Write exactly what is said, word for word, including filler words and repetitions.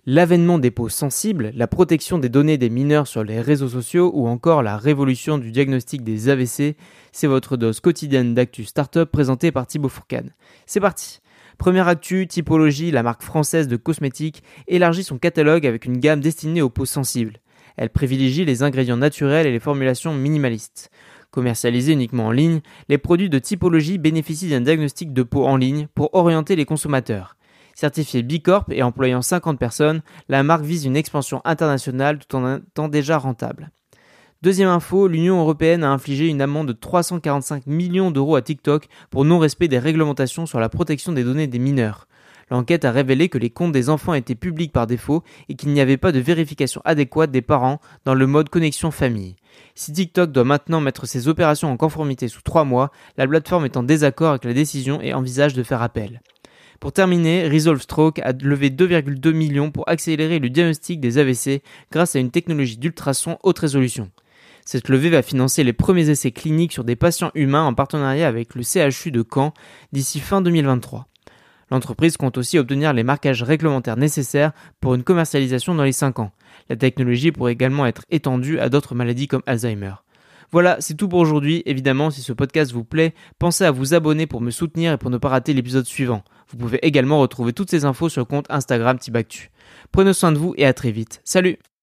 L'avènement des peaux sensibles, la protection des données des mineurs sur les réseaux sociaux ou encore la révolution du diagnostic des A V C, c'est votre dose quotidienne d'actu startup présentée par Thibaut Fourcade. C'est parti. Première actu, Typology, la marque française de cosmétiques, élargit son catalogue avec une gamme destinée aux peaux sensibles. Elle privilégie les ingrédients naturels et les formulations minimalistes. Commercialisés uniquement en ligne, les produits de Typology bénéficient d'un diagnostic de peau en ligne pour orienter les consommateurs. Certifiée B Corp et employant cinquante personnes, la marque vise une expansion internationale tout en étant déjà rentable. Deuxième info, l'Union européenne a infligé une amende de trois cent quarante-cinq millions d'euros à TikTok pour non-respect des réglementations sur la protection des données des mineurs. L'enquête a révélé que les comptes des enfants étaient publics par défaut et qu'il n'y avait pas de vérification adéquate des parents dans le mode connexion famille. Si TikTok doit maintenant mettre ses opérations en conformité sous trois mois, la plateforme est en désaccord avec la décision et envisage de faire appel. Pour terminer, Resolve Stroke a levé deux virgule deux millions pour accélérer le diagnostic des A V C grâce à une technologie d'ultrasons haute résolution. Cette levée va financer les premiers essais cliniques sur des patients humains en partenariat avec le C H U de Caen d'ici fin deux mille vingt-trois. L'entreprise compte aussi obtenir les marquages réglementaires nécessaires pour une commercialisation dans les cinq ans. La technologie pourrait également être étendue à d'autres maladies comme Alzheimer. Voilà, c'est tout pour aujourd'hui. Évidemment, si ce podcast vous plaît, pensez à vous abonner pour me soutenir et pour ne pas rater l'épisode suivant. Vous pouvez également retrouver toutes ces infos sur le compte Instagram Thibactu. Prenez soin de vous et à très vite. Salut!